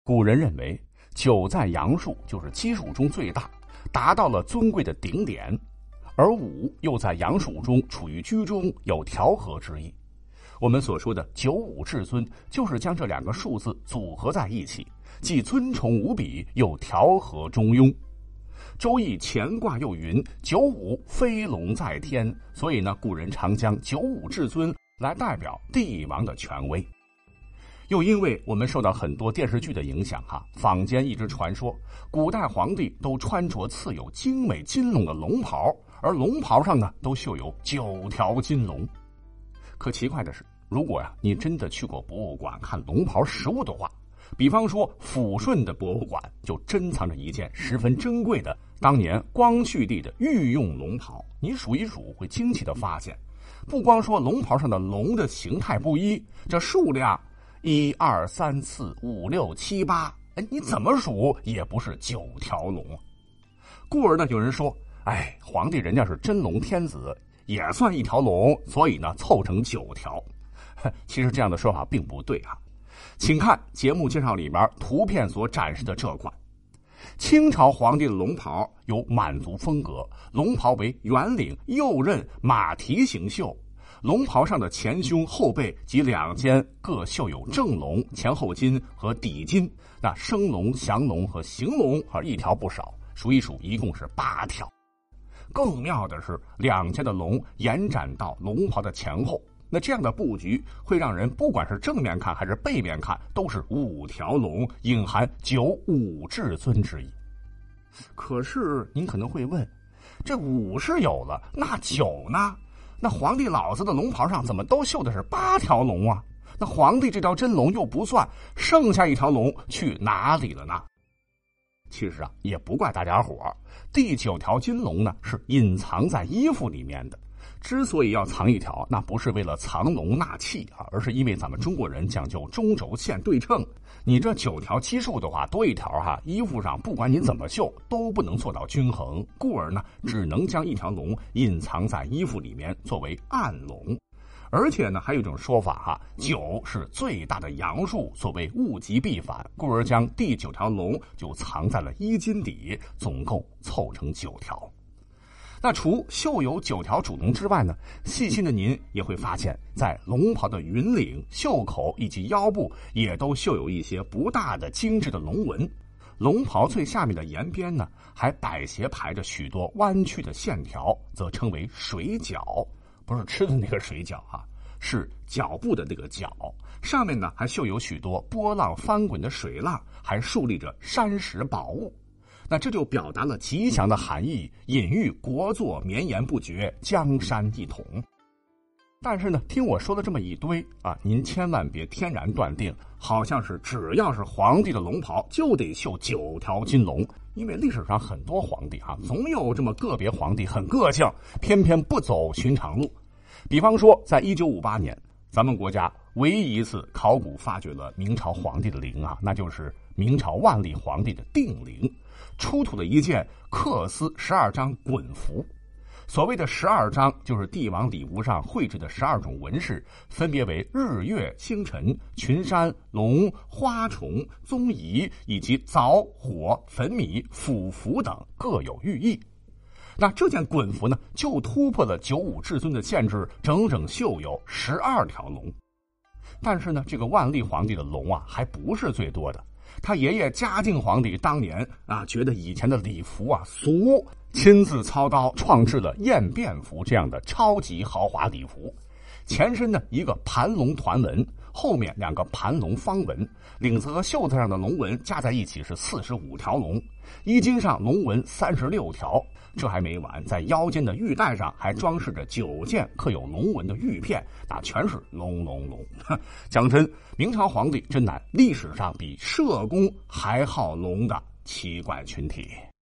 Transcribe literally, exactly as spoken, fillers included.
古人认为九在阳数就是奇数中最大，达到了尊贵的顶点，而五又在阳数中处于居中，有调和之意。我们所说的九五至尊，就是将这两个数字组合在一起，既尊崇无比，又调和中庸。周易乾卦又云九五飞龙在天，所以呢，古人常将九五至尊来代表帝王的权威。又因为我们受到很多电视剧的影响哈，坊间一直传说古代皇帝都穿着刺有精美金龙的龙袍，而龙袍上呢都绣有九条金龙。可奇怪的是，如果呀、啊、你真的去过博物馆看龙袍实物的话，比方说抚顺的博物馆就珍藏着一件十分珍贵的当年光绪帝的御用龙袍。你数一数会惊奇的发现，不光说龙袍上的龙的形态不一，这数量一二三四五六七八，哎，你怎么数也不是九条龙。故而呢，有人说，哎，皇帝人家是真龙天子，也算一条龙，所以呢凑成九条。其实这样的说法并不对啊。请看节目介绍里边图片所展示的这款清朝皇帝的龙袍，有满族风格，龙袍为圆领右衽马蹄形绣，龙袍上的前胸后背及两肩各绣有正龙、前后金和底金，那升龙、降龙和行龙而一条不少，数一数一共是八条。更妙的是，两肩的龙延展到龙袍的前后，那这样的布局会让人不管是正面看还是背面看都是五条龙，隐含九五至尊之意。可是您可能会问，这五是有了，那九呢？那皇帝老子的龙袍上怎么都绣的是八条龙啊？那皇帝这条真龙又不算，剩下一条龙去哪里了呢？其实啊，也不怪大家伙儿，第九条金龙呢是隐藏在衣服里面的。之所以要藏一条，那不是为了藏龙纳气啊，而是因为咱们中国人讲究中轴线对称。你这九条奇数的话，多一条哈，衣服上不管你怎么绣都不能做到均衡，故而呢，只能将一条龙隐藏在衣服里面，作为暗龙。而且呢，还有一种说法哈，九是最大的阳数，所谓物极必反，故而将第九条龙就藏在了衣襟底，总共凑成九条。那除绣有九条主龙之外呢，细心的您也会发现，在龙袍的云领、袖口以及腰部也都绣有一些不大的精致的龙纹。龙袍最下面的沿边呢，还摆斜排着许多弯曲的线条，则称为水饺，不是吃的那个水饺哈、啊，是脚步的那个脚。上面呢还绣有许多波浪翻滚的水浪，还竖立着山石宝物。那这就表达了吉祥的含义，隐喻国祚绵延不绝，江山一统。但是呢，听我说了这么一堆啊，您千万别天然断定，好像是只要是皇帝的龙袍就得绣九条金龙，因为历史上很多皇帝啊，总有这么个别皇帝很个性，偏偏不走寻常路。比方说，在一九五八年，咱们国家唯一一次考古发掘了明朝皇帝的陵啊，那就是明朝万历皇帝的定陵。出土了一件缂丝十二张衮服，所谓的十二张就是帝王礼服上绘制的十二种纹饰，分别为日月星辰、群山、龙、花虫、宗仪以及藻、火、粉米、腐符等，各有寓意。那这件衮服呢，就突破了九五至尊的限制，整整绣有十二条龙。但是呢，这个万历皇帝的龙啊，还不是最多的。他爷爷嘉靖皇帝当年啊，觉得以前的礼服啊俗，亲自操刀创制了燕变服这样的超级豪华礼服。前身呢一个盘龙团纹，后面两个盘龙方纹，领子和袖子上的龙纹加在一起是四十五条龙，衣襟上龙纹三十六条。这还没完，在腰间的玉带上还装饰着九件刻有龙纹的玉片，那全是龙龙龙。讲真，明朝皇帝真乃历史上比社公还好龙的奇怪群体。